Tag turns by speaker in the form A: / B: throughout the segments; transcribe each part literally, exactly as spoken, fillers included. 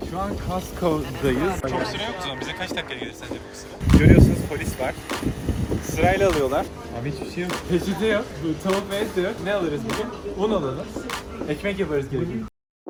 A: Şu an Costco'dayız.
B: Çok süre yok o zaman. Bize kaç dakika gelir sence bu sıra?
A: Görüyorsunuz polis var. Sırayla alıyorlar.
B: Abi hiçbir şey yok.
A: Peçete yok, bu tavuk ve et de yok. Ne alırız bugün? Un alalım. Ekmek yaparız gerekiyor.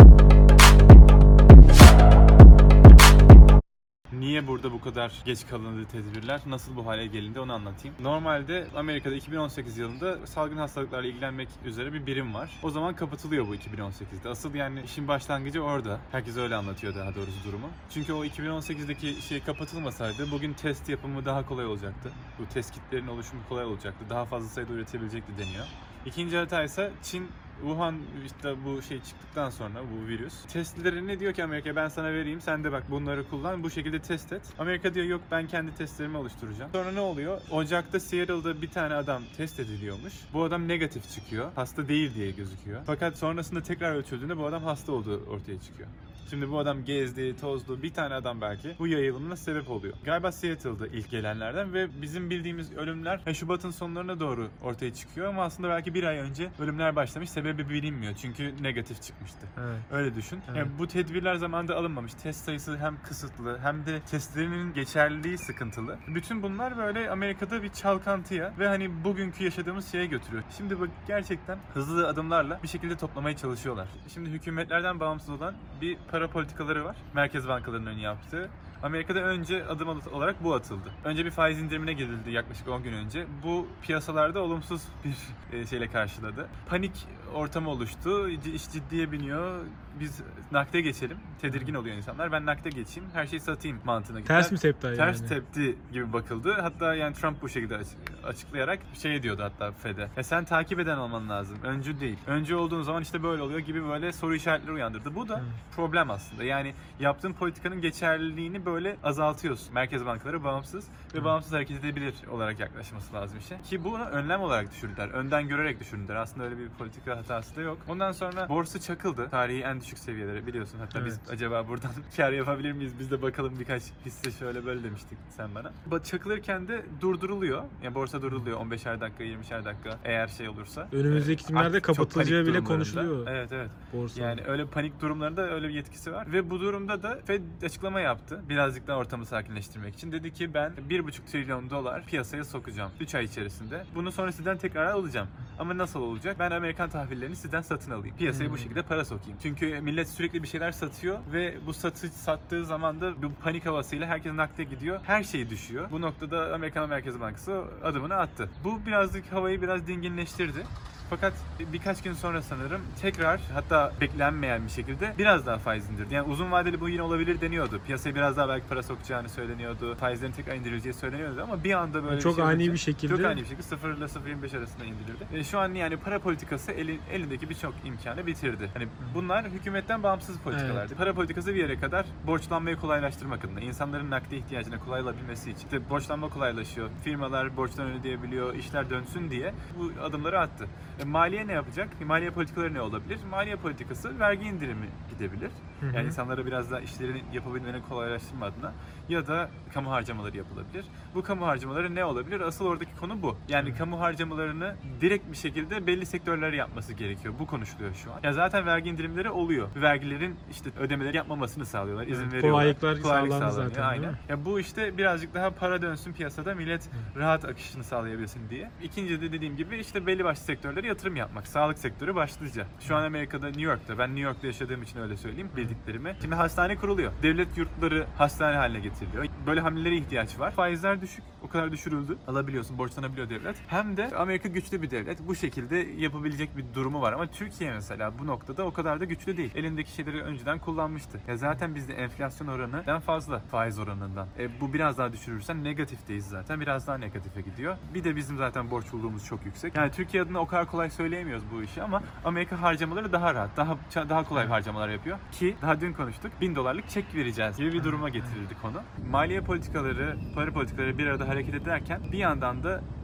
A: Niye burada bu kadar geç kalındı tedbirler, nasıl bu hale gelindi onu anlatayım. Normalde Amerika'da iki bin on sekiz yılında salgın hastalıklarla ilgilenmek üzere bir birim var. O zaman kapatılıyor bu iki bin on sekizde. Asıl yani işin başlangıcı orada. Herkes öyle anlatıyor daha doğrusu durumu. Çünkü o iki bin on sekizdeki şey kapatılmasaydı bugün test yapımı daha kolay olacaktı. Bu test kitlerinin oluşumu kolay olacaktı. Daha fazla sayıda üretebilecekti deniyor. İkinci hata ise Çin, Wuhan işte bu şey çıktıktan sonra bu virüs. Testlerini diyor ki Amerika ben sana vereyim sen de bak bunları kullan bu şekilde test et. Amerika diyor yok ben kendi testlerimi oluşturacağım. Sonra ne oluyor? Ocak'ta Seattle'da bir tane adam test ediliyormuş. Bu adam negatif çıkıyor. Hasta değil diye gözüküyor. Fakat sonrasında tekrar ölçüldüğünde bu adam hasta olduğu ortaya çıkıyor. Şimdi bu adam gezdi, tozdu, bir tane adam belki bu yayılımına sebep oluyor. Galiba Seattle'da ilk gelenlerden ve bizim bildiğimiz ölümler Şubat'ın sonlarına doğru ortaya çıkıyor ama aslında belki bir ay önce ölümler başlamış. Sebebi bilinmiyor çünkü negatif çıkmıştı. Evet. Öyle düşün. Evet. Yani bu tedbirler zamanında alınmamış. Test sayısı hem kısıtlı hem de testlerinin geçerliliği sıkıntılı. Bütün bunlar böyle Amerika'da bir çalkantıya ve hani bugünkü yaşadığımız şeye götürüyor. Şimdi bak gerçekten hızlı adımlarla bir şekilde toplamaya çalışıyorlar. Şimdi hükümetlerden bağımsız olan bir para politikaları var. Merkez bankalarının yaptığı. Amerika'da önce adım olarak bu atıldı. Önce bir faiz indirimine gidildi yaklaşık on gün önce. Bu piyasalarda olumsuz bir şeyle karşıladı. Panik ortamı oluştu. İş ciddiye biniyor. Biz nakde geçelim. Tedirgin oluyor insanlar. Ben nakde geçeyim. Her şeyi satayım mantığına gittiler.
C: Ters mi tepti yani?
A: Ters tepti gibi bakıldı. Hatta yani Trump bu şekilde açıklayarak şey diyordu hatta Fed'e. E sen takip eden olman lazım. Öncü değil. Öncü olduğun zaman işte böyle oluyor gibi böyle soru işaretleri uyandırdı. Bu da hmm. problem aslında. Yani yaptığın politikanın geçerliliğini böyle azaltıyorsun. Merkez bankaları bağımsız ve hmm. bağımsız hareket edebilir olarak yaklaşması lazım işe. Ki bunu önlem olarak düşürdüler. Önden görerek düşürdüler. Aslında öyle bir politika hatası da yok. Ondan sonra borsa çakıldı. Tarihi en düşük seviyelere biliyorsun. Hatta evet. Biz acaba buradan kar yapabilir miyiz? Biz de bakalım birkaç hisse şöyle böyle demiştik sen bana. Çakılırken de durduruluyor. Yani borsa durduruluyor on beşer dakika, yirmişer dakika eğer şey olursa.
C: Önümüzdeki günlerde e, kapatılacağı bile konuşuluyor.
A: Evet evet.
C: Borsa.
A: Yani öyle panik durumlarında öyle bir yetkisi var. Ve bu durumda da Fed açıklama yaptı. Birazcık daha ortamı sakinleştirmek için. Dedi ki ben bir buçuk trilyon dolar piyasaya sokacağım üç ay içerisinde. Bunu sonra sizden tekrar alacağım. Ama nasıl olacak? Ben Amerikan tahvillerini sizden satın alayım. Piyasaya hmm. bu şekilde para sokayım. Çünkü millet sürekli bir şeyler satıyor ve bu satı sattığı zaman da bu panik havasıyla herkes nakde gidiyor. Her şey düşüyor. Bu noktada Amerikan Merkez Bankası adımını attı. Bu birazcık havayı biraz dinginleştirdi. Fakat birkaç gün sonra sanırım tekrar hatta beklenmeyen bir şekilde biraz daha faiz indirdi. Yani uzun vadeli bu yine olabilir deniyordu. Piyasaya biraz daha belki para sokacağını söyleniyordu. Faizlerin tekrar indirileceği söyleniyordu ama bir anda böyle
C: çok
A: bir şey
C: ani
A: olunca,
C: bir şekilde
A: çok ani bir şekilde sıfır ile sıfır virgül yirmi beş arasında indirildi. E, şu an yani para politikası eli, elindeki birçok imkanı bitirdi. Hani bunlar hükümetten bağımsız politikalardı. Evet. Para politikası bir yere kadar borçlanmayı kolaylaştırmak adına, insanların nakde ihtiyacına kolaylayabilmesi için. İşte borçlanma kolaylaşıyor. Firmalar borçlarını ödeyebiliyor, işler dönsün diye bu adımları attı. E, maliye ne yapacak? Maliye politikaları ne olabilir? Maliye politikası vergi indirimi gidebilir. Hı hı. Yani insanlara biraz daha işlerini yapabilmelerini kolaylaştırma adına ya da kamu harcamaları yapılabilir. Bu kamu harcamaları ne olabilir? Asıl oradaki konu bu. Yani hı. kamu harcamalarını direkt bir şekilde belli sektörlere yapması gerekiyor. Bu konuşuluyor şu an. Ya zaten vergi indirimleri oluyor. Vergilerin işte ödemeleri yapmamasını sağlıyorlar. İzin evet. veriyorlar.
C: Kolaylıklar Kolaylık sağlanıyor zaten.
A: Aynen. Ya bu işte birazcık daha para dönsün piyasada millet hı. rahat akışını sağlayabilsin diye. İkinci de dediğim gibi işte belli başlı sektörlere yatırım yapmak. Sağlık sektörü başlıca. Şu an Amerika'da New York'ta. Ben New York'ta yaşadığım için öyle söyleyeyim bildiklerimi. Şimdi hastane kuruluyor. Devlet yurtları hastane haline getiriliyor. Böyle hamlelere ihtiyaç var. Faizler düşük. O kadar düşürüldü. Alabiliyorsun, borçlanabiliyor devlet. Hem de Amerika güçlü bir devlet. Bu şekilde yapabilecek bir durumu var. Ama Türkiye mesela bu noktada o kadar da güçlü değil. Elindeki şeyleri önceden kullanmıştı. Ya zaten bizde enflasyon oranından fazla faiz oranından. E, bu biraz daha düşürürsen negatifteyiz zaten. Biraz daha negatife gidiyor. Bir de bizim zaten borç bulduğumuz çok yüksek. Yani Türkiye adına o kadar kolay söyleyemiyoruz bu işi ama Amerika harcamaları daha rahat, daha daha kolay harcamalar yapıyor. Ki daha dün konuştuk. bin dolarlık çek vereceğiz gibi bir duruma getirildi konu. Maliye politikaları, para politikaları bir arada hareket ederken bir yandan da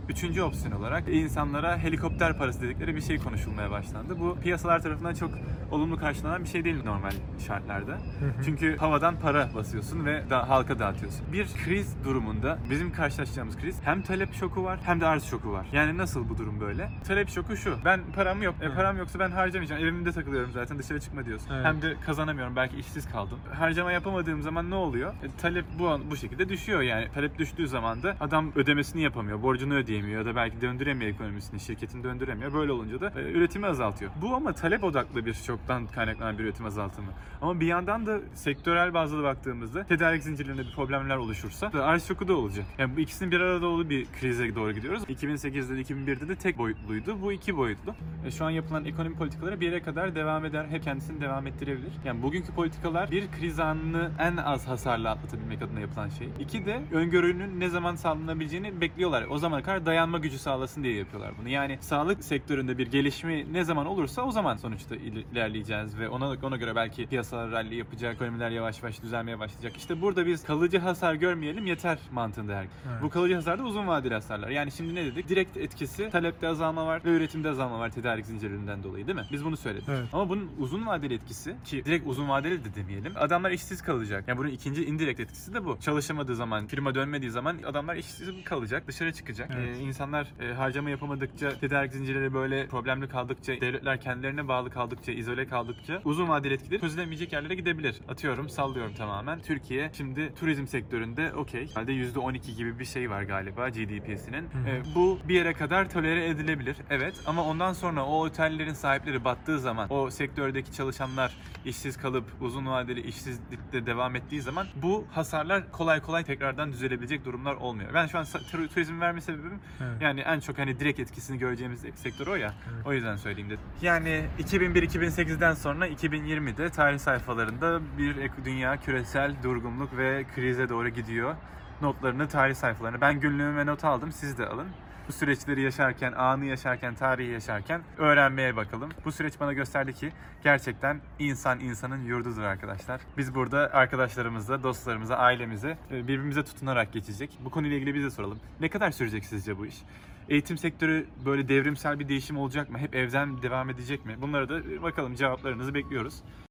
A: Üçüncü opsiyon olarak insanlara helikopter parası dedikleri bir şey konuşulmaya başlandı. Bu piyasalar tarafından çok olumlu karşılanan bir şey değil normal şartlarda. Çünkü havadan para basıyorsun ve da halka dağıtıyorsun. Bir kriz durumunda bizim karşılaşacağımız kriz hem talep şoku var hem de arz şoku var. Yani nasıl bu durum böyle? Talep şoku şu. Ben param yok. E, param yoksa ben harcamayacağım. Evimde takılıyorum zaten. Dışarı çıkma diyorsun.
C: Evet.
A: Hem de kazanamıyorum. Belki işsiz kaldım. Harcama yapamadığım zaman ne oluyor? E, talep bu an bu şekilde düşüyor yani. Talep düştüğü zaman da adam ödemesini yapamıyor. Borcunu ödeyemiyor ya da belki döndüremiyor ekonomisini. Şirketini döndüremiyor. Böyle olunca da e, üretimi azaltıyor. Bu ama talep odaklı bir şoktan kaynaklanan bir üretim azaltımı. Ama bir yandan da sektörel bazda baktığımızda tedarik zincirlerinde bir problemler oluşursa da arz şoku da olacak. Yani bu ikisinin bir arada olduğu bir krize doğru gidiyoruz. iki bin sekizde de iki bin birde de tek boyutluydu. Bu iki boyutlu. E, şu an yapılan ekonomi politikaları bir yere kadar devam eder. Hep kendisini devam ettirebilir. Yani bugünkü politikalar bir kriz anını en az hasarla atlatabilmek adına yapılan şey. İki de öngörünün ne zaman sağlanabileceğini bekliyorlar. O zamana kadar dayanma gücü sağlasın diye yapıyorlar bunu. Yani sağlık sektöründe bir gelişme ne zaman olursa o zaman sonuçta ilerleyeceğiz ve ona ona göre belki piyasalar rally yapacak, ekonomiler yavaş yavaş düzelmeye başlayacak. İşte burada biz kalıcı hasar görmeyelim yeter mantığında her.
C: Evet.
A: Bu kalıcı hasar da uzun vadeli hasarlar. Yani şimdi ne dedik? Direkt etkisi talepte azalma var ve üretimde azalma var tedarik zincirlerinden dolayı değil mi? Biz bunu söyledik.
C: Evet.
A: Ama bunun uzun vadeli etkisi ki direkt uzun vadeli de demeyelim. Adamlar işsiz kalacak. Yani bunun ikinci indirekt etkisi de bu. Çalışamadığı zaman, firma dönmediği zaman adamlar işsiz kalacak, dışarı çıkacak.
C: Evet.
A: Ee, insanlar e, harcama yapamadıkça, tedarik zincirleri böyle problemli kaldıkça, devletler kendilerine bağlı kaldıkça, izole kaldıkça uzun vadeli etkileri çözülemeyecek yerlere gidebilir. Atıyorum, sallıyorum tamamen. Türkiye şimdi turizm sektöründe okey. Halde yüzde on iki gibi bir şey var galiba G D P'sinin. Ee, bu bir yere kadar tolere edilebilir. Evet ama ondan sonra o otellerin sahipleri battığı zaman, o sektördeki çalışanlar işsiz kalıp uzun vadeli işsizlikte devam ettiği zaman bu hasarlar kolay kolay tekrardan düzelebilecek durumlar olmuyor. Ben şu an tur- turizm verme sebebim
C: Evet.
A: yani en çok hani direkt etkisini göreceğimiz sektör o ya.
C: Evet.
A: O yüzden söyleyeyim dedim. Yani iki bin bir iki bin sekizden sonra iki bin yirmide tarih sayfalarında bir ek- dünya küresel durgunluk ve krize doğru gidiyor. Notlarını tarih sayfalarına. Ben günlüğüme not aldım. Siz de alın. Bu süreçleri yaşarken, anı yaşarken, tarihi yaşarken öğrenmeye bakalım. Bu süreç bana gösterdi ki gerçekten insan insanın yurdudur arkadaşlar. Biz burada arkadaşlarımızla, dostlarımıza, ailemize birbirimize tutunarak geçecek. Bu konuyla ilgili biz de soralım. Ne kadar sürecek sizce bu iş? Eğitim sektörü böyle devrimsel bir değişim olacak mı? Hep evden devam edecek mi? Bunlara da bakalım, cevaplarınızı bekliyoruz.